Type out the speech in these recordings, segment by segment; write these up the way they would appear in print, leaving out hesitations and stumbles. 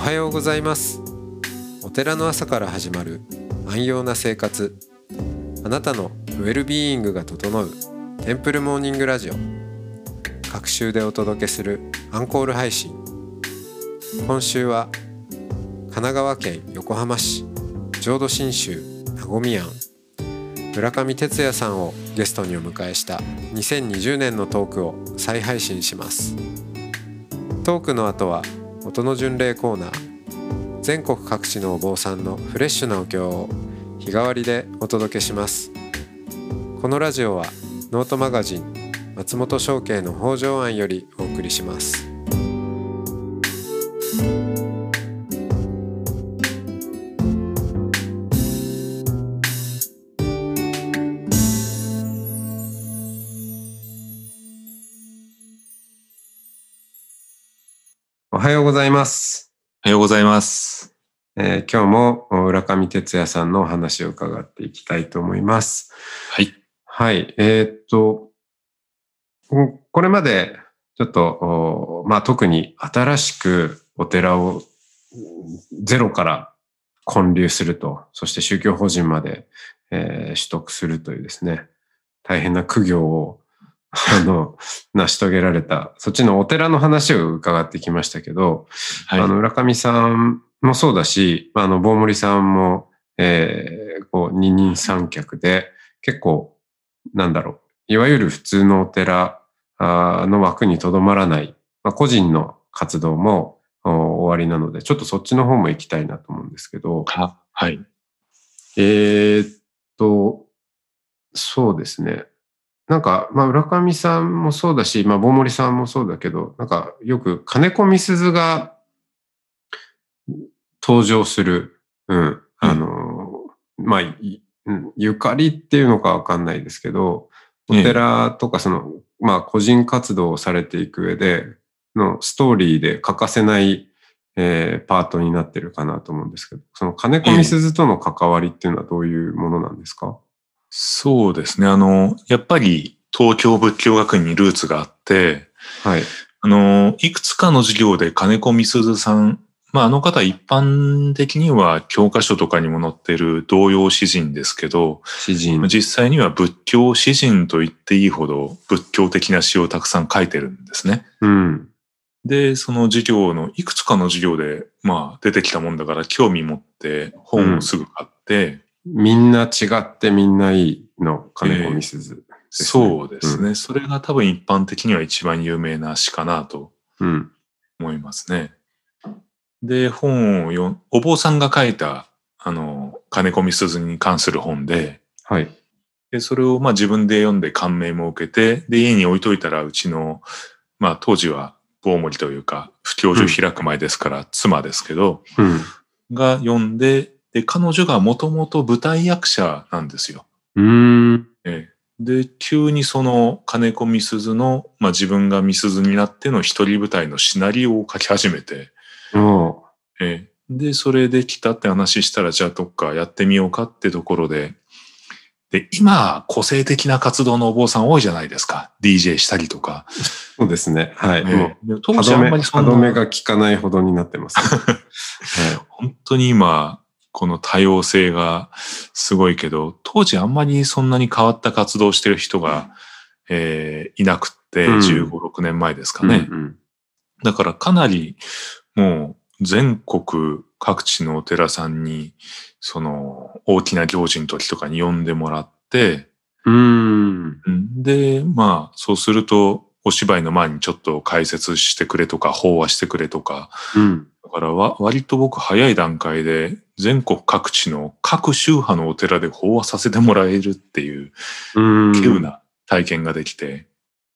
はようございます。お寺の朝から始まる安養な生活、あなたのウェルビーイングが整うテンプルモーニングラジオ、各週でお届けするアンコール配信。今週は神奈川県横浜市浄土真宗なごみ庵村上哲也さんをゲストにお迎えした2020年のトークを再配信します。トークの後は音の巡礼コーナー、全国各地のお坊さんのフレッシュなお経を日替わりでお届けします。このラジオはノートマガジン松本商家の北条庵よりお送りします。おはようございます。 おはようございます。 今日も浦上哲也さんのお話を伺っていきたいと思います。 はい。 はい。これまでちょっと、特に新しくお寺をゼロから建立すると、そして宗教法人まで、取得するというですね、大変な苦行を成し遂げられた、そっちのお寺の話を伺ってきましたけど、はい、浦上さんもそうだし、坊森さんも、二人三脚で、結構、いわゆる普通のお寺の枠にとどまらない、個人の活動も終わりなので、ちょっとそっちの方も行きたいなと思うんですけど、 はい。 そうですね。浦上さんもそうだし、坊森さんもそうだけど、よく金子みすずが登場する、ゆかりっていうのかわかんないですけど、お寺とか個人活動をされていく上でのストーリーで欠かせない、パートになってるかなと思うんですけど、その金子みすずとの関わりっていうのはどういうものなんですか？ そうですね。やっぱり東京仏教学院にルーツがあって、 はい。 いくつかの授業で金子みすずさん、あの方一般的には教科書とかにも載っている童謡詩人ですけど、実際には仏教詩人と言っていいほど仏教的な詩をたくさん書いてるんですね。 うん。 で、その授業のいくつかの授業で、出てきたもんだから興味持って本をすぐ買って、 みんな違ってみんないいの金子みすず、 そうですね、それが多分一般的には一番有名な詩かなと思いますね。で、本をお坊さんが書いた、金子みすずに関する本で、 はい。 で、それを自分で読んで感銘も受けて、で、家に置いといたらうちの、当時は坊森というか、布教所開く前ですから、妻ですけど、が読んで、で、彼女がもともと舞台役者なんですよ。で、急にその金子みすずの、自分がみすずになっての一人舞台のシナリオを書き始めて、で、それできたって話したら、じゃあどっかやってみようかってところで、で、今、個性的な活動のお坊さん多いじゃないですか。DJ したりとか。 そうですね。はい。 当時あんまりそんな。 歯止めが効かないほどになってます、ね。 本当に今、この多様性がすごいけど、当時あんまりそんなに変わった活動をしてる人が、いなくって、15、6年前ですかね。だからかなり、もう全国各地のお寺さんに、その大きな行事の時とかに呼んでもらって、で、そうすると、お芝居の前にちょっと解説してくれとか、法話してくれとか、だから割と僕早い段階で全国各地の各宗派のお寺で法話させてもらえるっていう、稀有な体験ができて、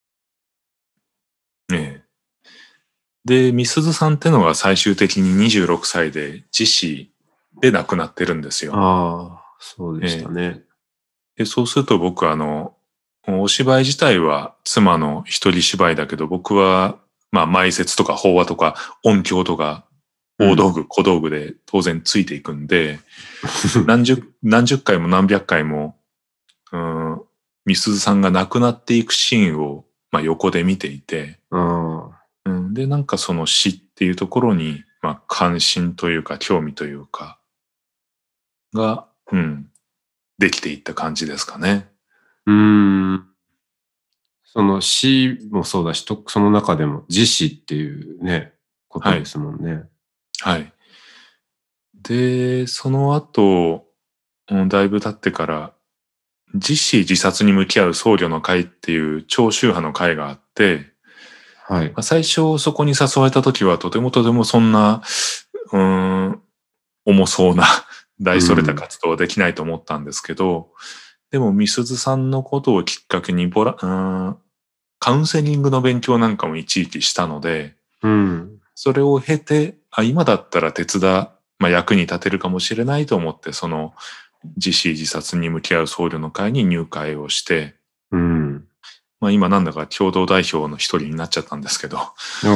で、みすずさんってのが最終的に26歳で自死で亡くなってるんですよ。 ああ、そうでしたね。 で、そうすると僕お芝居自体は妻の一人芝居だけど、僕は埋設とか法話とか音響とか大道具、小道具で当然ついていくんで、何十回も何百回も、みすずさんが亡くなっていくシーンを横で見ていて、で、その死っていうところに関心というか興味というか、が、できていった感じですかね。 その詩もそうだし、その中でも自詩っていうね、ことですもんね。 はい。で、その後、だいぶ経ってから、自死自殺に向き合う僧侶の会っていう超宗派の会があって、 はい。 最初そこに誘われた時はとてもそんな、重そうな大それた活動はできないと思ったんですけど、でもみすずさんのことをきっかけにカウンセリングの勉強なんかも一時期したので、それを経て、今だったら役に立てるかもしれないと思って、その自死自殺に向き合う僧侶の会に入会をして、今なんだか共同代表の一人になっちゃったんですけど。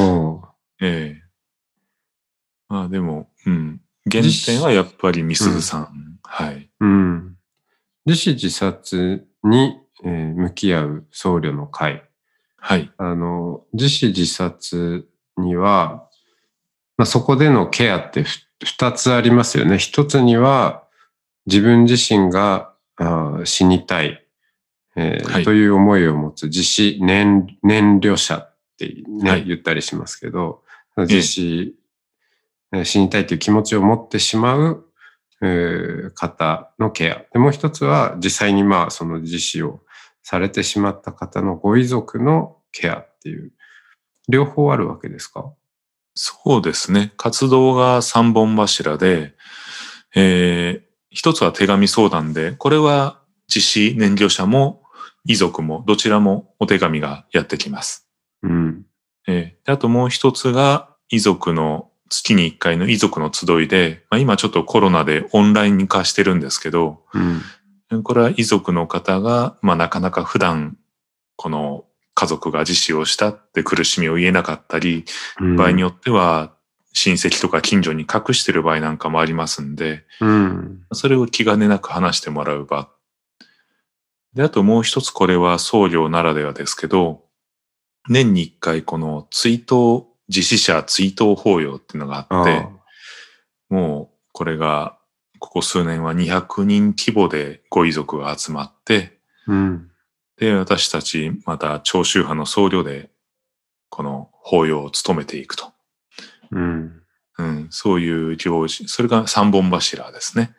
でも、原点はやっぱりみすずさん。はい。 自死自殺に、向き合う僧侶の会。 はい。 自死自殺には、そこでのケアって2つありますよね。一つには自分自身が死にたい、という思いを持つ自死燃慮者ってね、言ったりしますけど、自死、死にたいという気持ちを持ってしまう方のケア。でもう一つは実際にその自死をされてしまった方のご遺族のケアっていう、両方あるわけですか？ そうですね。活動が3本柱で、一つは手紙相談で、これは自死燃料者も遺族もどちらもお手紙がやってきます。あともう一つが遺族の月に1回の遺族の集いで、今ちょっとコロナでオンライン化してるんですけど、これは遺族の方が、なかなか普段この家族が自死をしたって苦しみを言えなかったり、場合によっては親戚とか近所に隠してる場合なんかもありますんで、それを気兼ねなく話してもらう場。で、あともう一つこれは僧侶ならではですけど、年に1回この自死者追悼法要っていうのがあって、もうこれがここ数年は200人規模でご遺族が集まって、で、私たちまた長宗派の僧侶でこの法要を務めていくと。そういう行事、それが3本柱ですね。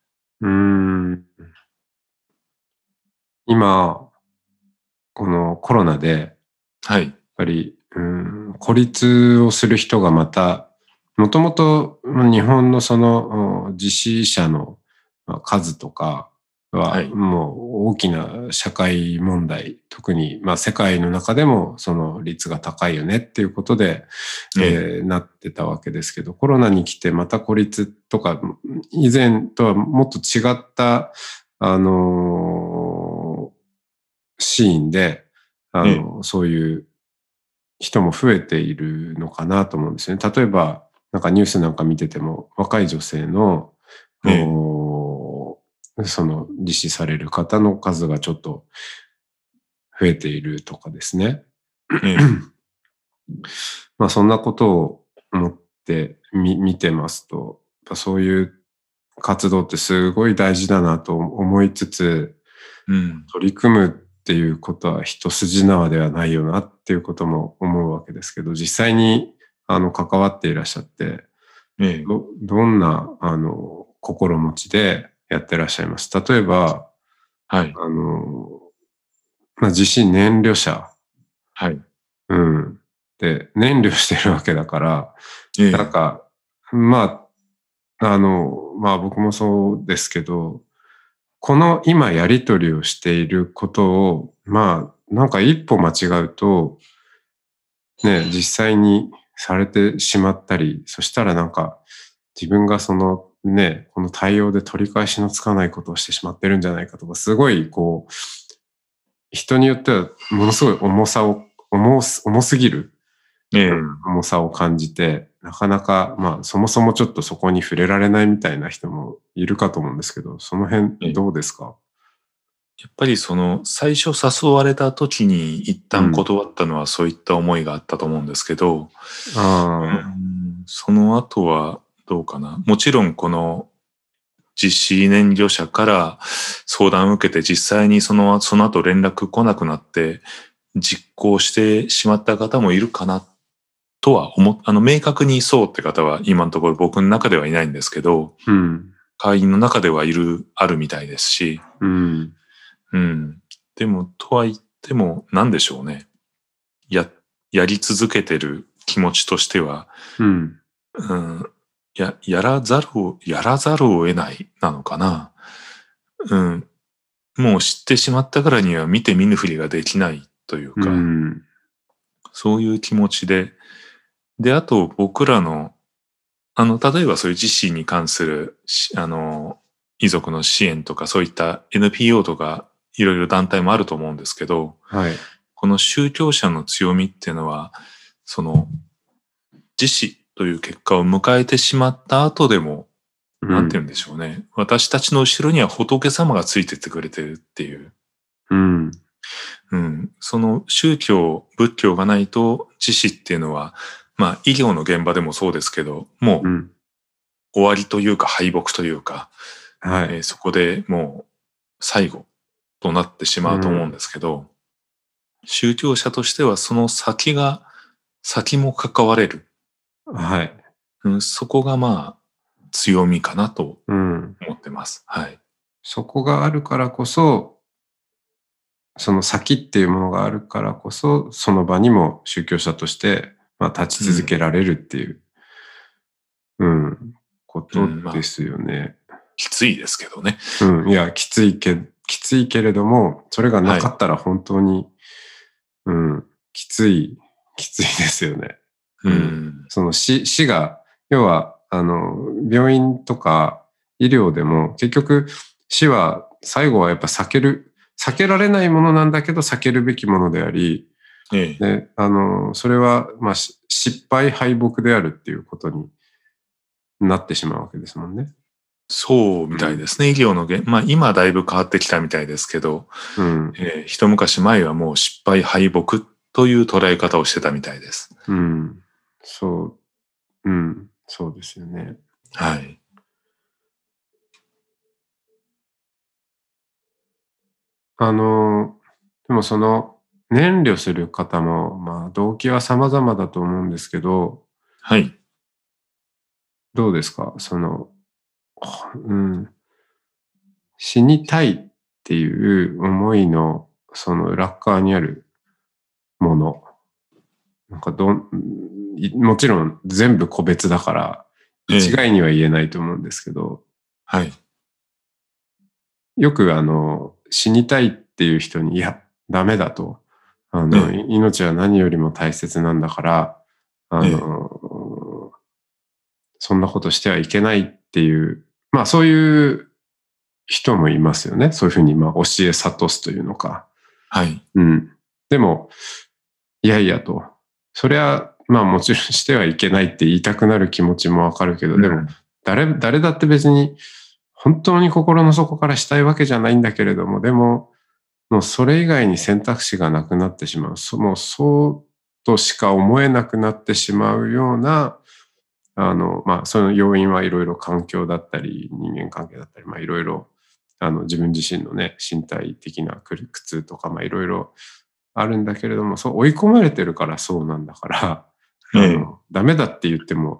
今、このコロナで、やっぱり、孤立をする人がまた、もともと日本のその自死者の数とかはもう大きな社会問題、特に世界の中でもその率が高いよねっていうことで、なってたわけですけど、コロナに来てまた孤立とか、以前とはもっと違った、シーンで、そういう人も増えているのかなと思うんですよね。例えば、なんかニュースなんか見てても、若い女性の、その自死される方の数がちょっと増えているとかですね。そんなことを思って見てますと、そういう活動ってすごい大事だなと思いつつ、取り組むっていうことは一筋縄ではないよなっていうことも思うわけですけど、実際に関わっていらっしゃって、どんな心持ちでやってらっしゃいます？例えば、自死燃料者。で、燃料してるわけだから、なんか、僕もそうですけど、この今やりとりをしていることを、なんか一歩間違うと、実際にされてしまったり、そしたらなんか自分がこの対応で取り返しのつかないことをしてしまってるんじゃないかとか、すごい人によってはものすごい重すぎる重さを感じて、なかなか、そもそもちょっとそこに触れられないみたいな人もいるかと思うんですけど、その辺どうですか？ やっぱり最初誘われた時に一旦断ったのはそういった思いがあったと思うんですけど、 その後はどうかな。もちろんこの実施燃料者から相談を受けて実際にその後連絡来なくなって実行してしまった方もいるかなとは明確にそうって方は今のところ僕の中ではいないんですけど、会員の中であるみたいですし、でも、とは言っても、なんでしょうね。やり続けてる気持ちとしては、やらざるを得ないなのかな。もう知ってしまったからには見て見ぬふりができないというか、そういう気持ちで、あと僕らの、例えばそういう自身に関する、遺族の支援とかそういった NPO とかいろいろ団体もあると思うんですけど、この宗教者の強みっていうのは、その、自死という結果を迎えてしまった後でも、なんて言うんでしょうね。私たちの後ろには仏様がついてってくれてるっていう。その宗教、仏教がないと自死っていうのは、医療の現場でもそうですけど、もう終わりというか敗北というか、そこでもう最後となってしまうと思うんですけど、宗教者としてはその先も関われる。そこが強みかなと思ってます。 そこがあるからこそ、その先っていうものがあるからこそ、その場にも宗教者として立ち続けられるっていう、ことですよね。 きついですけどね。 いや、きついけれども、それがなかったら本当に、きついですよね。その死が、要は、病院とか医療でも結局死は最後はやっぱ避けられないものなんだけど避けるべきものであり、でそれは失敗敗北であるっていうことになってしまうわけですもんね。 そうみたいですね。医療の今だいぶ変わってきたみたいですけど、一昔前はもう失敗敗北という捉え方をしてたみたいです。 そうですよね。でもその燃料する方も、動機は様々だと思うんですけど、どうですか？その、死にたいっていう思いのその裏側にあるもの。もちろん全部個別だから一概には言えないと思うんですけど、よく死にたいっていう人に、いや、ダメだと。命は何よりも大切なんだから、そんなことしてはいけないっていう、そういう人もいますよね。そういうふうに教え諭すというのか。でも、いやいやと。それは、もちろんしてはいけないって言いたくなる気持ちもわかるけど、でも、誰だって別に、本当に心の底からしたいわけじゃないんだけれども、でも、もうそれ以外に選択肢がなくなってしまう。もうそうとしか思えなくなってしまうような、その要因はいろいろ環境だったり、人間関係だったり、いろいろ、自分自身のね、身体的な苦痛とか、いろいろあるんだけれども、そう追い込まれてるからそうなんだから、ダメだって言っても、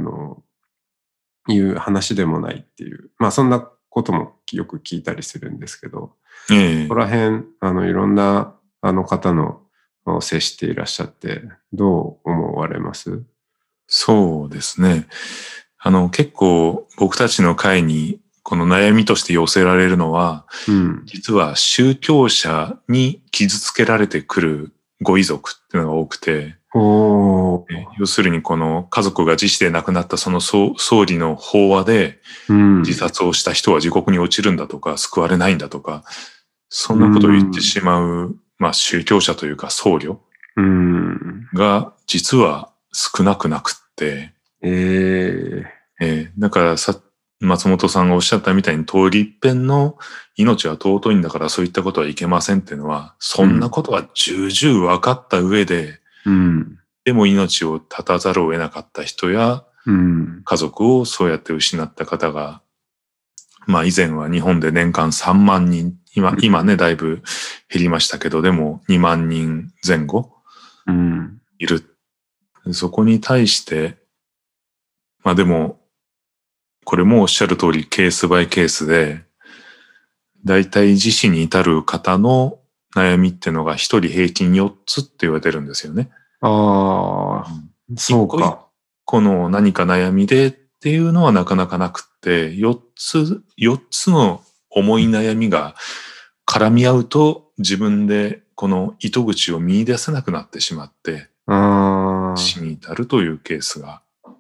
いう話でもないっていう、そんなこともよく聞いたりするんですけど、そこら辺、いろんな方の接していらっしゃって、どう思われます？ そうですね。結構僕たちの会にこの悩みとして寄せられるのは、実は宗教者に傷つけられてくるご遺族っていうのが多くて、要するにこの家族が自死で亡くなったその葬儀の法話で自殺をした人は地獄に落ちるんだとか救われないんだとか、そんなことを言ってしまう、宗教者というか僧侶が実は少なくなくって、だから松本さんがおっしゃったみたいに通り一遍の命は尊いんだからそういったことはいけませんっていうのは、そんなことは重々分かった上で、でも命を絶たざるを得なかった人や、 家族をそうやって失った方が、まあ以前は日本で年間3万人、今ね、だいぶ減りましたけど、でも2万人前後いる。そこに対して、まあでも、これもおっしゃる通りケースバイケースで、だいたい自死に至る方の悩みってのが一人平均4つって言われてるんですよね。 ああ、そうか。 一個の何か悩みでっていうのはなかなかなくって、4つの重い悩みが絡み合うと自分でこの糸口を見出せなくなってしまって、死に至るというケースが。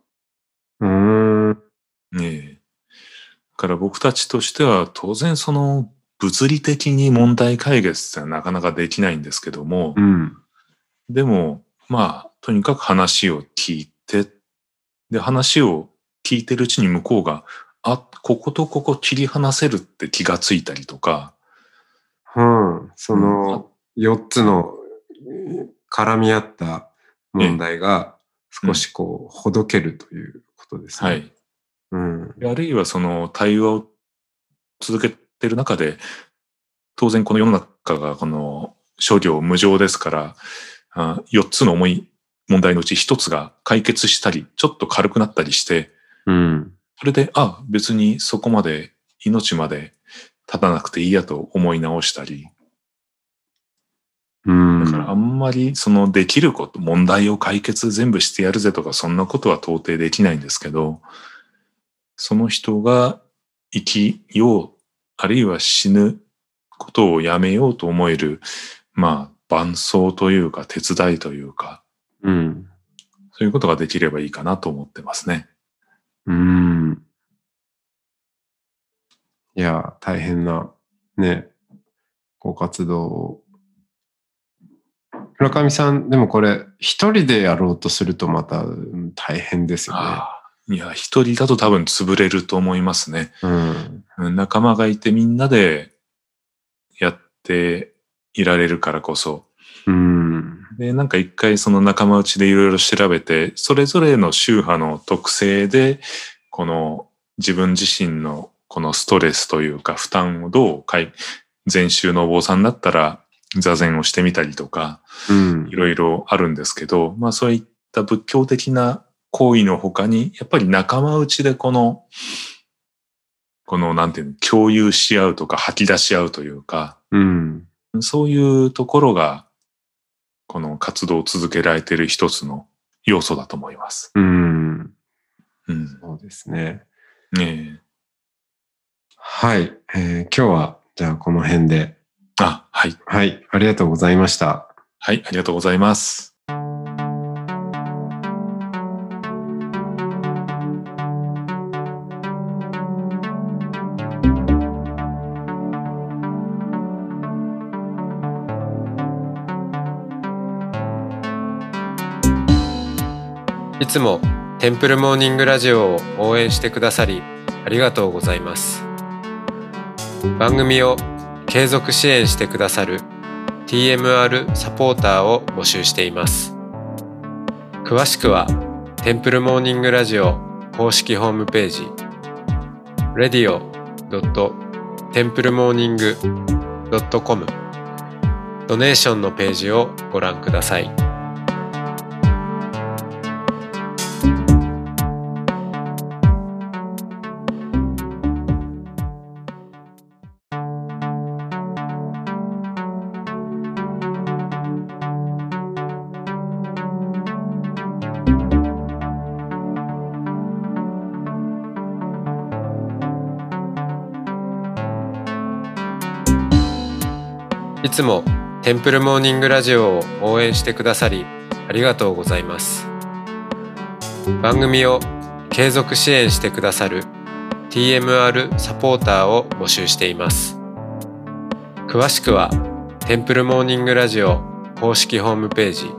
ねえ。だから僕たちとしては当然その物理的に問題解決ってなかなかできないんですけども、でもまあとにかく話を聞いて、で話を聞いてるうちに向こうがこことここ切り離せるって気がついたりとか、 その4つの絡み合った問題が少しこうほどけるということですね。はい。 あるいはその対話を続けている中で、当然この世の中がこの諸行無常ですから、4つの重い問題のうち1つが解決したり、ちょっと軽くなったりして、それで、別にそこまで命まで立たなくていいやと思い直したり、だからあんまりそのできること、問題を解決全部してやるぜとかそんなことは到底できないんですけど、その人が生きよう、あるいは死ぬことをやめようと思える、まあ伴走というか手伝いというか、そういうことができればいいかなと思ってますね。 いや、大変なね、ご活動を。村上さん、でもこれ一人でやろうとするとまた大変ですよね。 いや、一人だと多分潰れると思いますね。仲間がいてみんなでやっていられるからこそ。で、なんか一回その仲間内でいろいろ調べて、それぞれの宗派の特性で、この自分自身のこのストレスというか負担をどう禅宗のお坊さんだったら座禅をしてみたりとか、いろいろあるんですけど、まあそういった仏教的な行為の他に、やっぱり仲間内でこのなんていうの、共有し合うとか吐き出し合うというか、そういうところが、この活動を続けられている一つの要素だと思います。 そうですね。 はい。 今日は、じゃあこの辺で。 はい。 はい。ありがとうございました。 はい。ありがとうございます。 いつもテンプルモーニングラジオを応援してくださりありがとうございます。番組を継続支援してくださる TMR サポーターを募集しています。詳しくはテンプルモーニングラジオ公式ホームページ radio.templemorning.com ドネーションのページをご覧ください。いつもテンプルモーニングラジオを応援してくださりありがとうございます。番組を継続支援してくださる TMR サポーターを募集しています。詳しくはテンプルモーニングラジオ公式ホームページ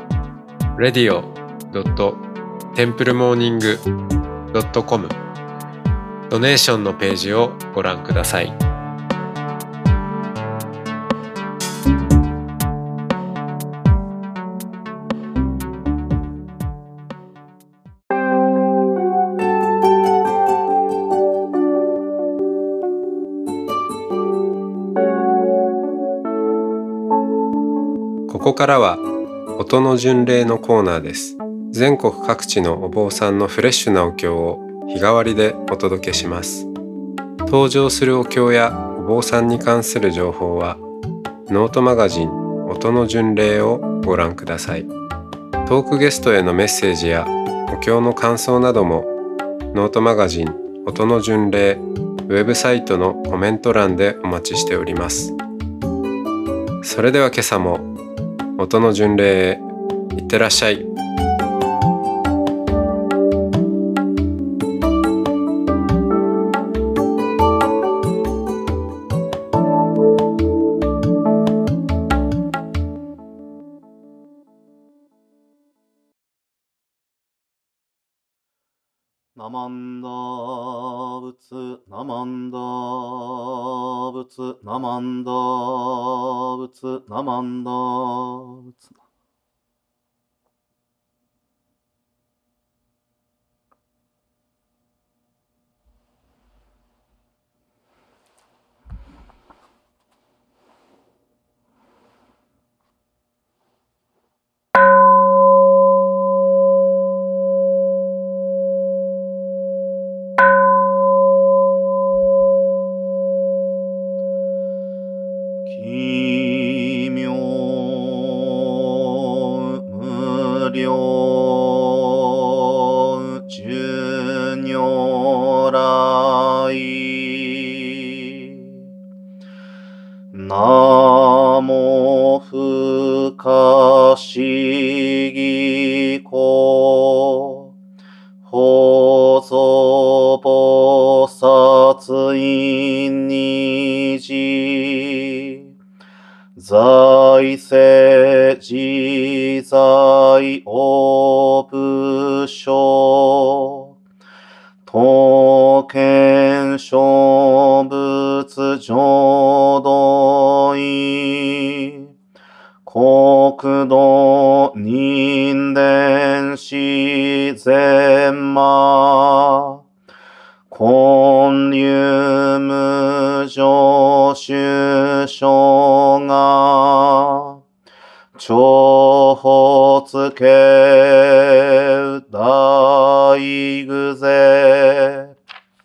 radio.templemorning.com ドネーションのページをご覧ください。 こからは音の巡礼のコーナーです。全国各地のお坊さんのフレッシュなお経を日替わりでお届けします。登場するお経やお坊さんに関する情報はノートマガジン音の巡礼をご覧ください。トークゲストへのメッセージやお経の感想などもノートマガジン音の巡礼ウェブサイトのコメント欄でお待ちしております。それでは今朝も音の巡礼へいってらっしゃい。 ナマンダー仏、ナマンダー仏、ナマンダー仏、ナマンダー仏。奇妙無量寿如来ナモ不可思議故法蔵菩薩院にじ在世自在お部所刀剣諸仏浄土院国土人伝自然魔建立無常主生が長発慶大偶勢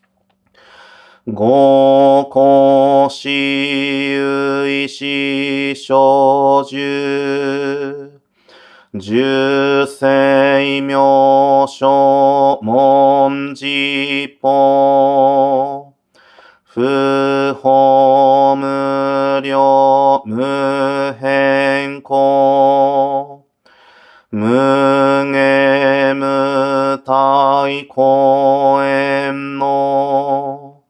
五古私有意思小寿十世妙正文字法不法無量無変更無下無体公園の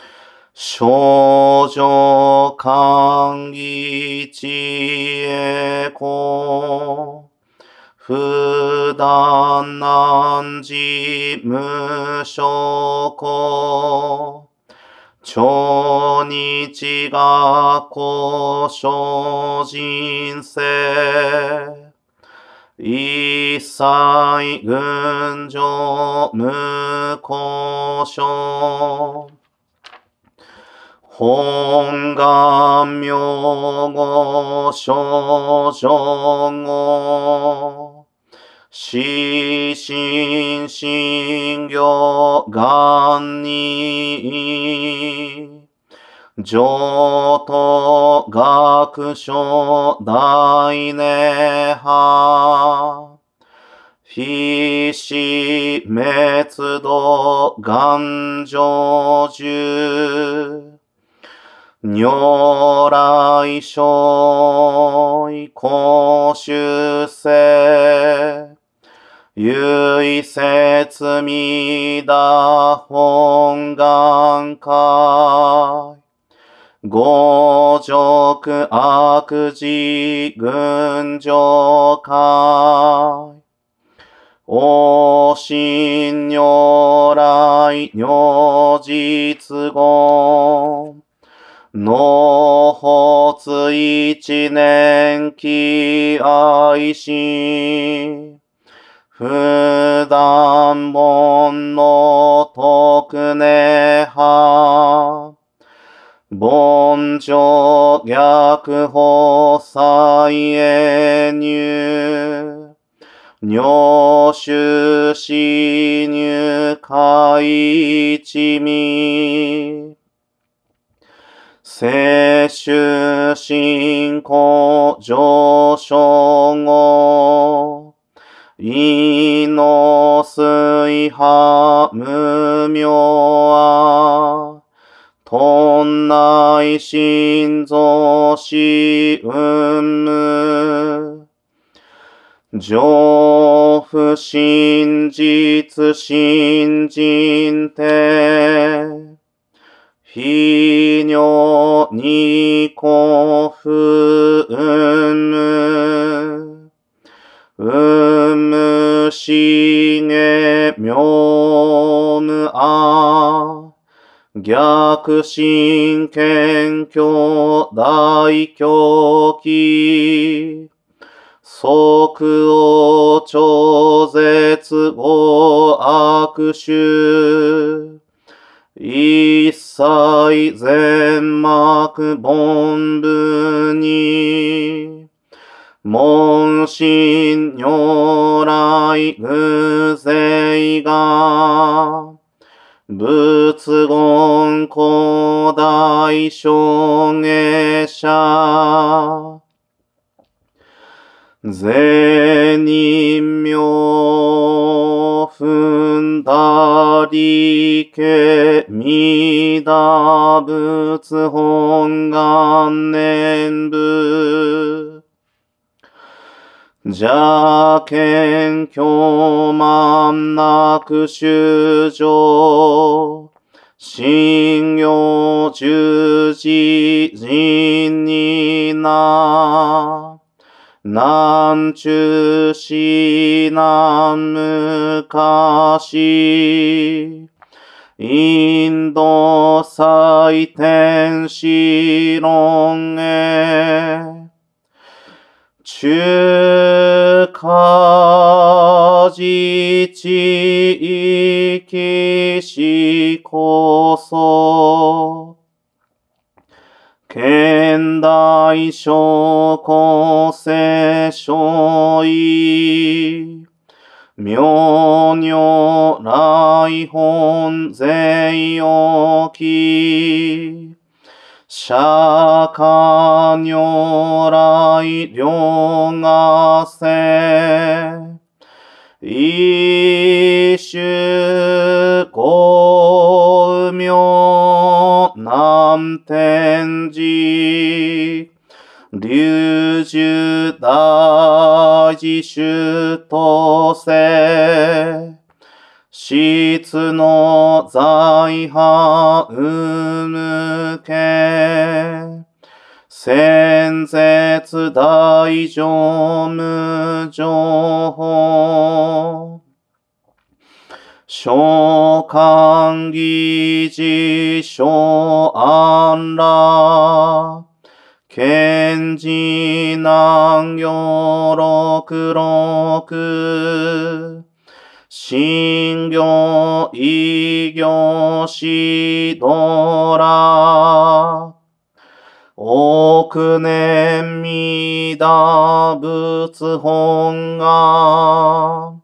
少女歓喜知恵子不断難事無所故超日学校精進世一切群上無故障本願名号少女語死心心行願に上等学書大涅槃非死滅度願成就如来所以公衆世唯説弥陀本願会五辱悪事群上会お心如来如実言納発一年期愛心不断煩悩徳涅槃凡上逆法再へ入。尿臭死入海一味。摂取進行上昇後。胃の水波無明は。頓内心臓死運無。上不真実信心て。非尿二個不運無。運無しげ妙無あ。逆心謙虚大狂気。即応超絶語悪臭。一切全幕凡部に。問心如来偶勢が。仏言古代証下者。善人名踏んだりけみだ仏本願念部。邪見狂慢なく修上。信用十字人にな。南中市南昔。インド最天使論へ。中華自治域しこそ。現代諸古世所意。妙如来本税置き。釈迦如来両がせ。一種五名南天寺。龍樹大寺主とせ。質の財派うむけ。先絶大乗無情報。召喚議事小安ら。賢治南行六六。信行異行しどら。億年未だ仏本願。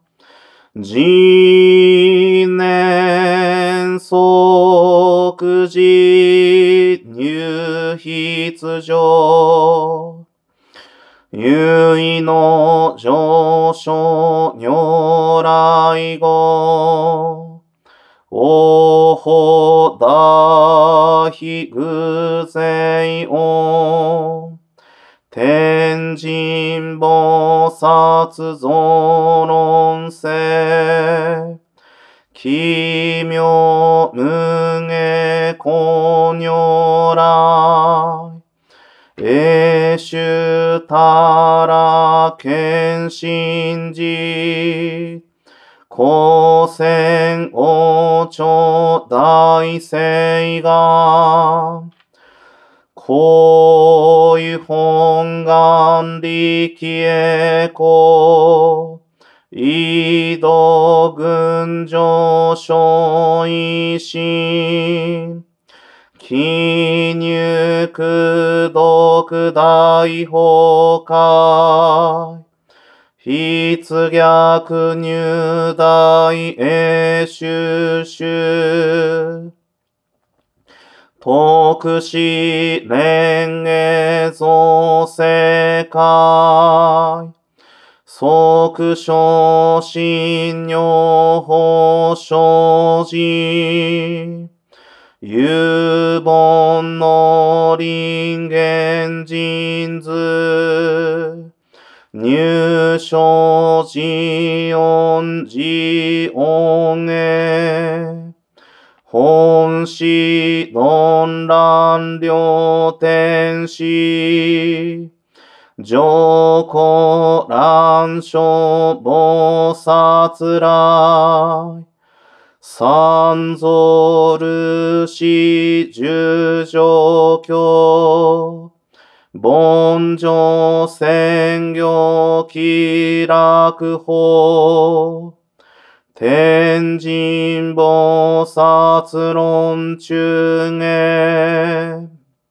次年即時入筆上。唯意の上昇如来語。王法大悲偶勢を。天神菩薩増論世。奇妙無下公如来。永衆たら見心寺。光線王朝大聖が。こういう本願力へこ。移動群上昇維新。記入苦毒大崩壊。筆逆入大英収集。特使連営造世界。即所信尿法生じ。有本の人間人図。入所自音自音へ。本師論乱両天使。上古乱書菩薩来。三蔵ルシ十条教。凡上専業気楽法。天神菩薩論中へ。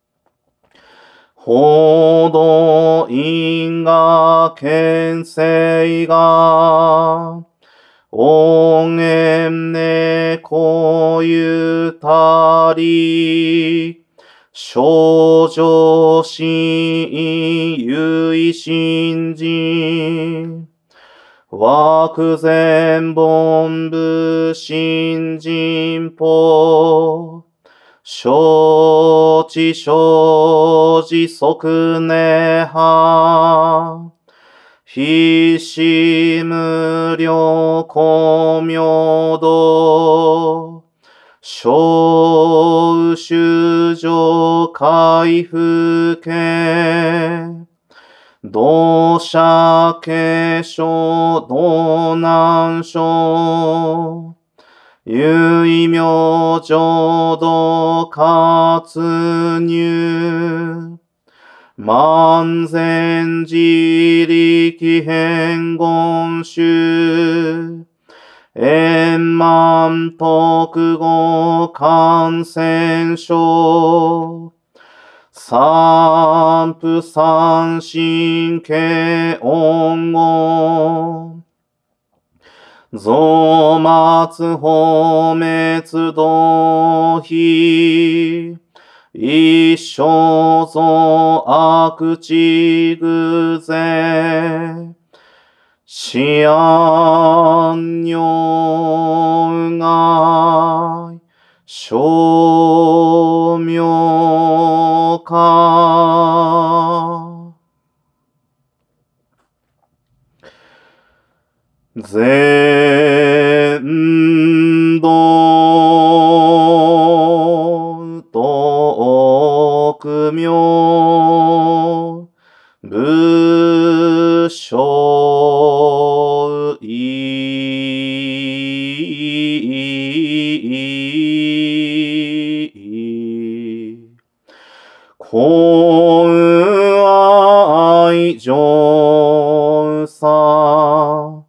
報道因果見性が。音縁ねこゆたり。少女心有意心人。枠前本部新人法。承知生じ即涅槃。必死無量光明道。小修上回復系。同社継承道南書。有意明浄土活入。万全自力変言集。円満特語感染症。三不三神経音語。増末法滅道非。一生増悪地偶然。思案如外。称名化。全道徳名。武将根愛上さ。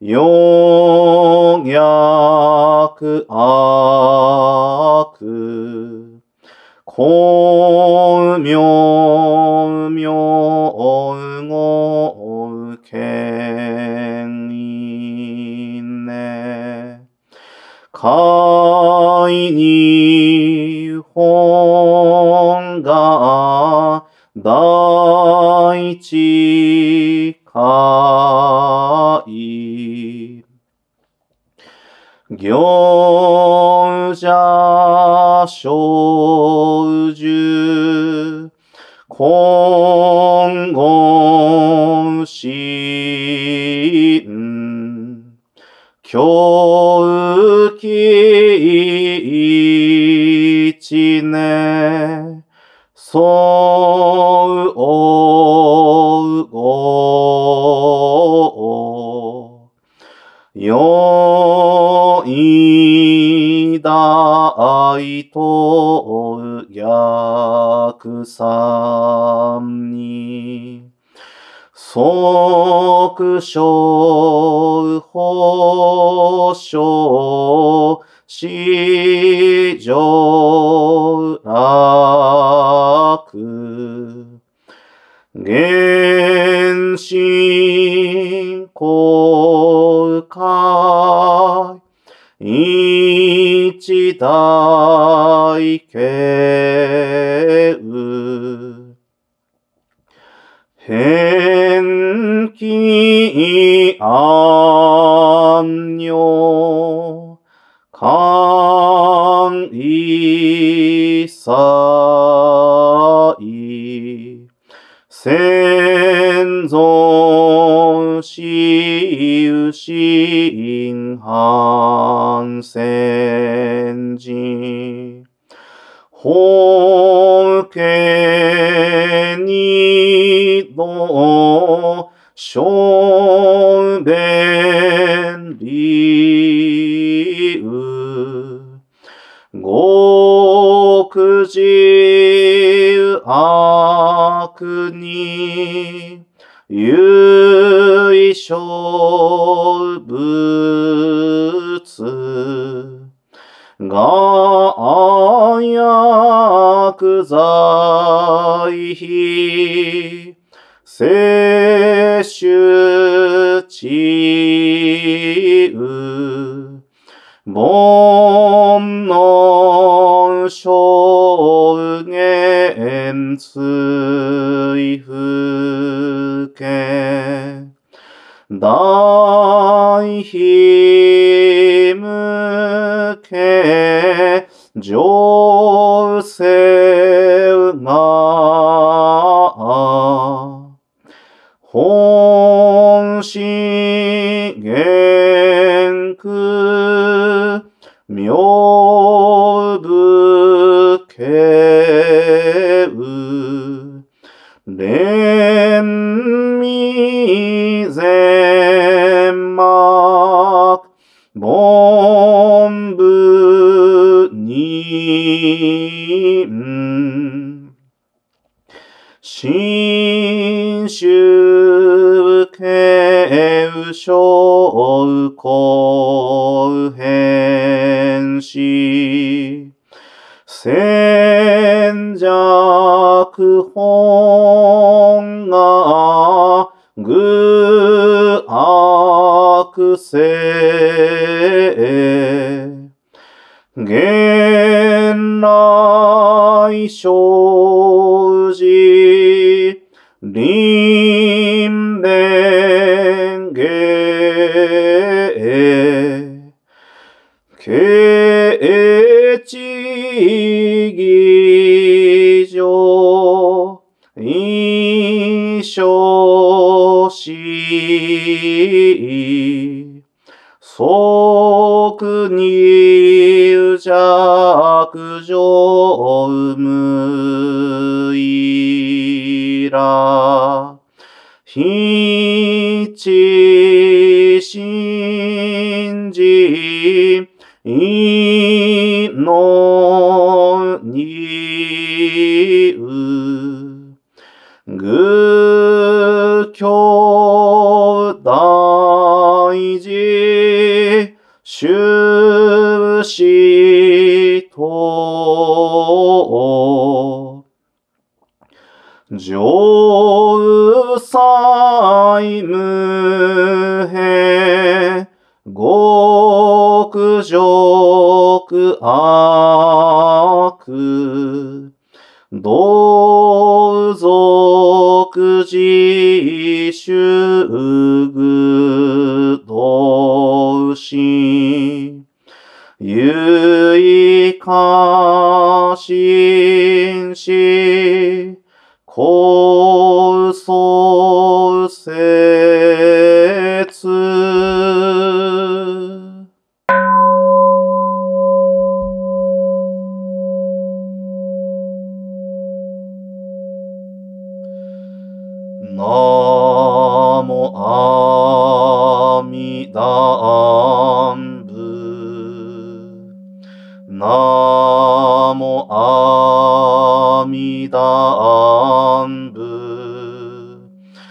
四逆悪。光明明語権威ね。海に本が大地海。行者小樹。金剛心。教育一年。そうおうご。四位大と逆三に。即所法生死上楽。 原神公開一大慶雨返帰安女観一切先存死有心反戦人法家に度小弁理有極自悪に唯小物が薬剤費摂取治癒煩悩証言追復権大悲無形上世が本心元空妙武慶雨蓮味全幕凡部人新宗慶小公変し戦弱本が愚悪性現来生じ輪弁芸慶知義上一生死即に有弱上無いら非知信じいのにう愚教大事修士と上妻無辺極辱悪同族自主具同心有意過信し高創説ナモ阿弥陀仏ナモ阿弥陀仏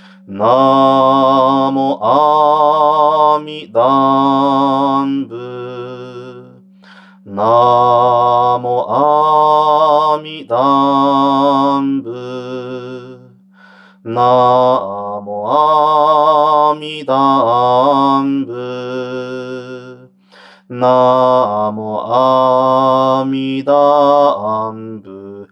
ナモ阿弥陀仏ナモ阿弥陀仏ナモアミダンブ。ナモアミダンブ。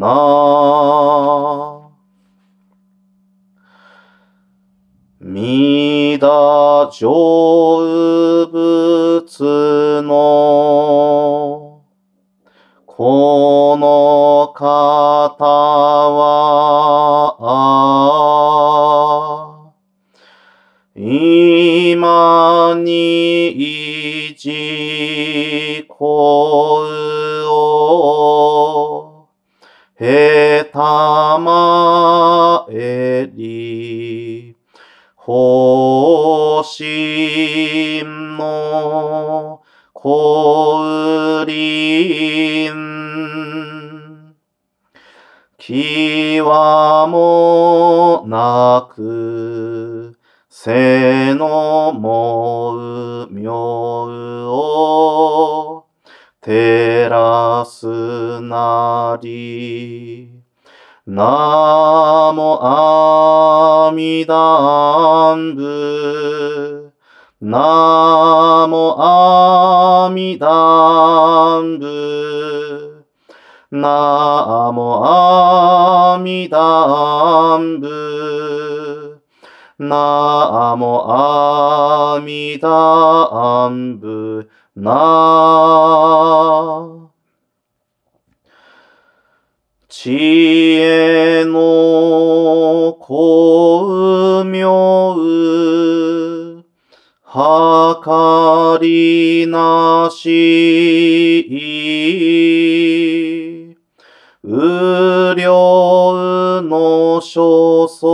弥陀成仏のこの方は今に一こをへたまえり方針の降臨きわもなくせのもうみょうを照らすなり。ナモアミダンブ。ナモアミダンブ。ナモアミダンブ。ナモアミダンブ。知恵の光明はかりなし無量の所相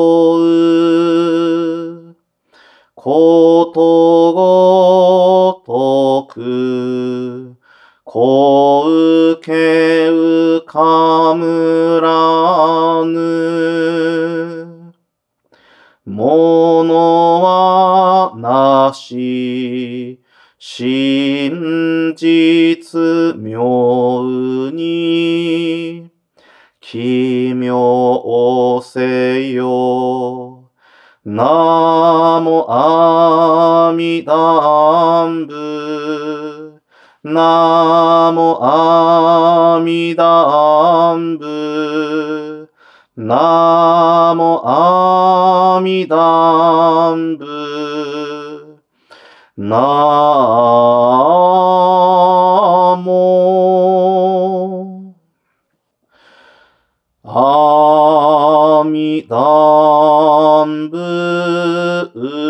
ことごとくこうけうかむらぬものはなし真実妙に奇妙せよ。ナモアミダンブ。ナモアミダンブ。ナモアミダンブ。ナモアミダンブ。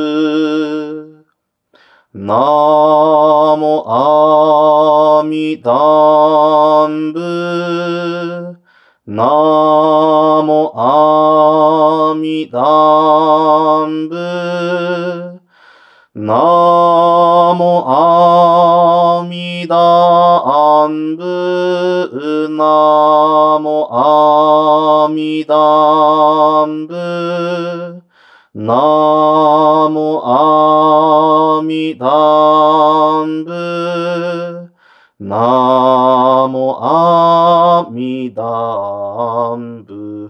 ナモアミダンブ。ナモアミダンブ。ナモアミダンブ。ナモアミダンブ。ナモアミダンブ。ナモアミダンブ。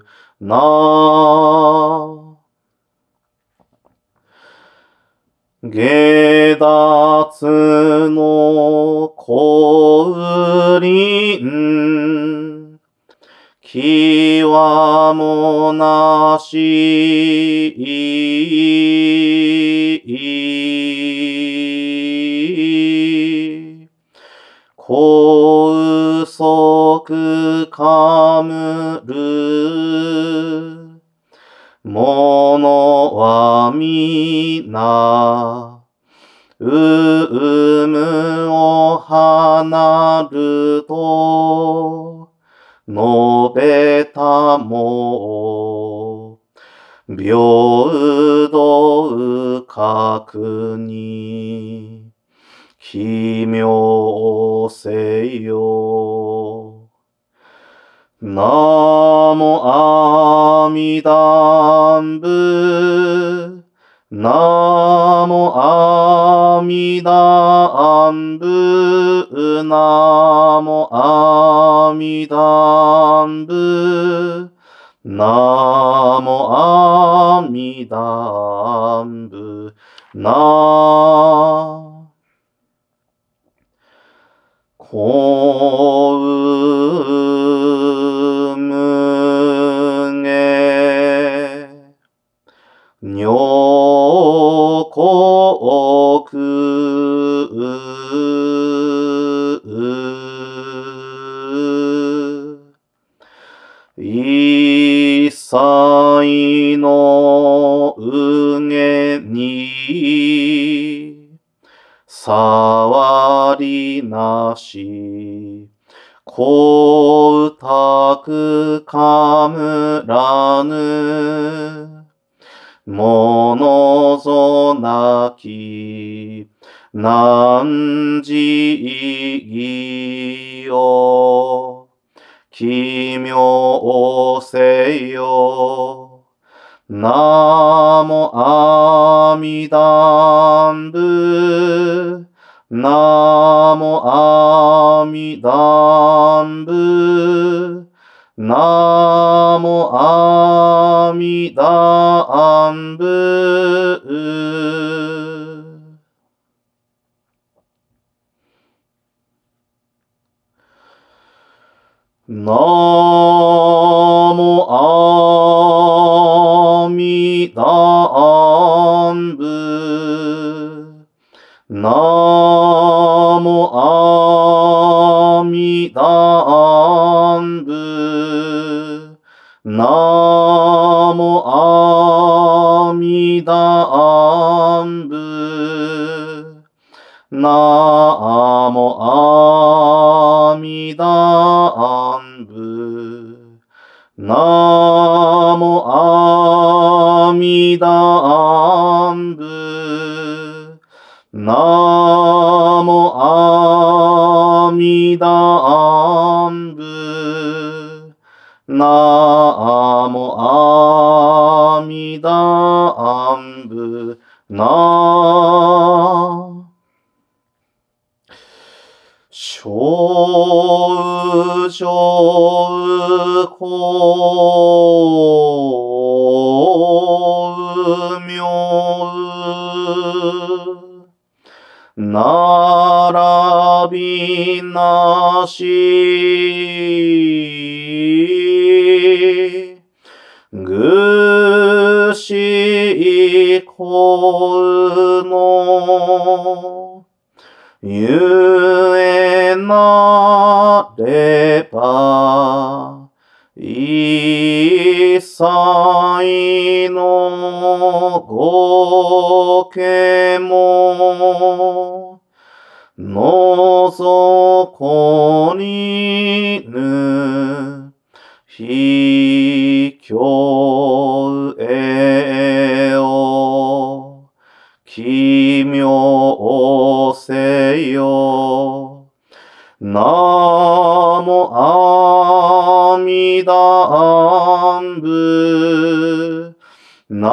下脱の降臨きわもなし高速かむるものはみなうむを離ると述べたも平等確に奇妙せよ。ナモアミダンブ。ナモアミダンブ。ナモアミダンブ。 ナモアミダンブナコウムゲニョコク一切のうげに触りなし光沢かむらぬものぞなきなんじいよ奇妙せよナモアミダンブナモアミダンブナモアミダンブナモアミダンブナモアミダンブナモアミダンブナモアミダンブナモアミダンブナモアミダンブナモアミダンブナ少女公明並びなしぐしこのゆえなれば一切のごけものぞこにぬひきょえよ奇妙せよナモアミダンブナ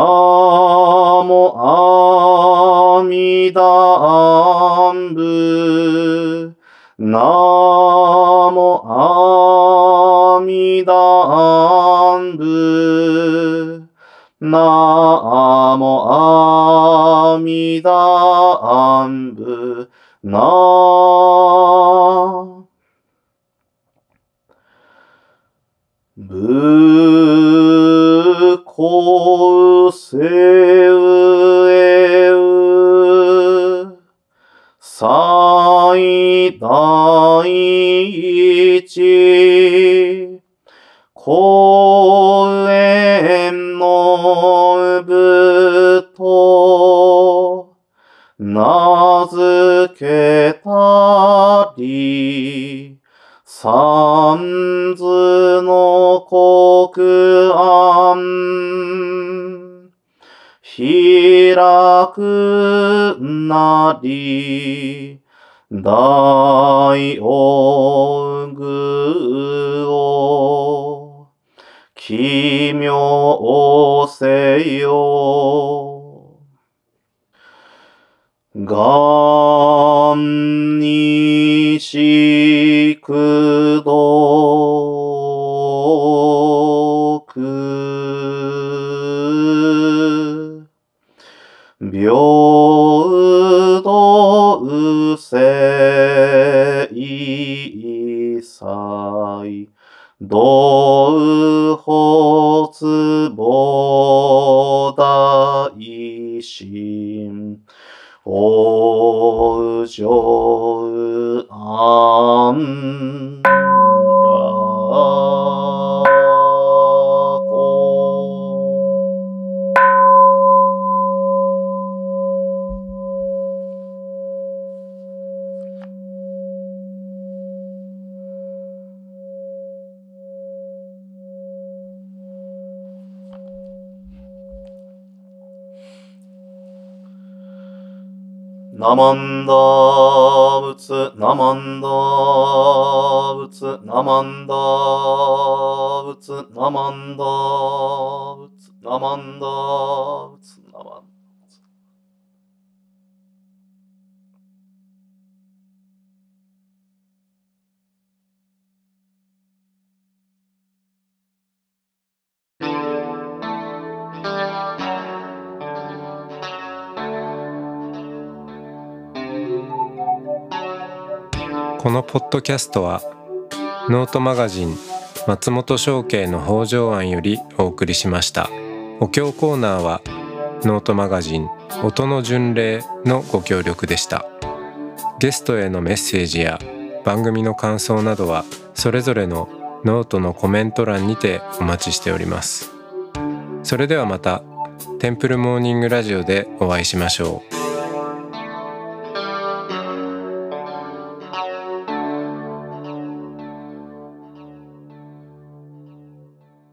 モアミダンブナモアミダンブナモアミダンブナぶこせうえう最大一公園のぶと名付けたり三途の国安開くなり大王具を奇妙せよがんにしくどく平等正祭道発菩提心往生安楽ナマンダ仏ナマンダ仏ナマンダ仏ナマンダ仏ナマンダ仏ナマンこのポッドキャストはノートマガジン松本正慶の北条庵よりお送りしました。お経コーナーはノートマガジン音の巡礼のご協力でした。ゲストへのメッセージや番組の感想などはそれぞれのノートのコメント欄にてお待ちしております。それではまたテンプルモーニングラジオでお会いしましょう。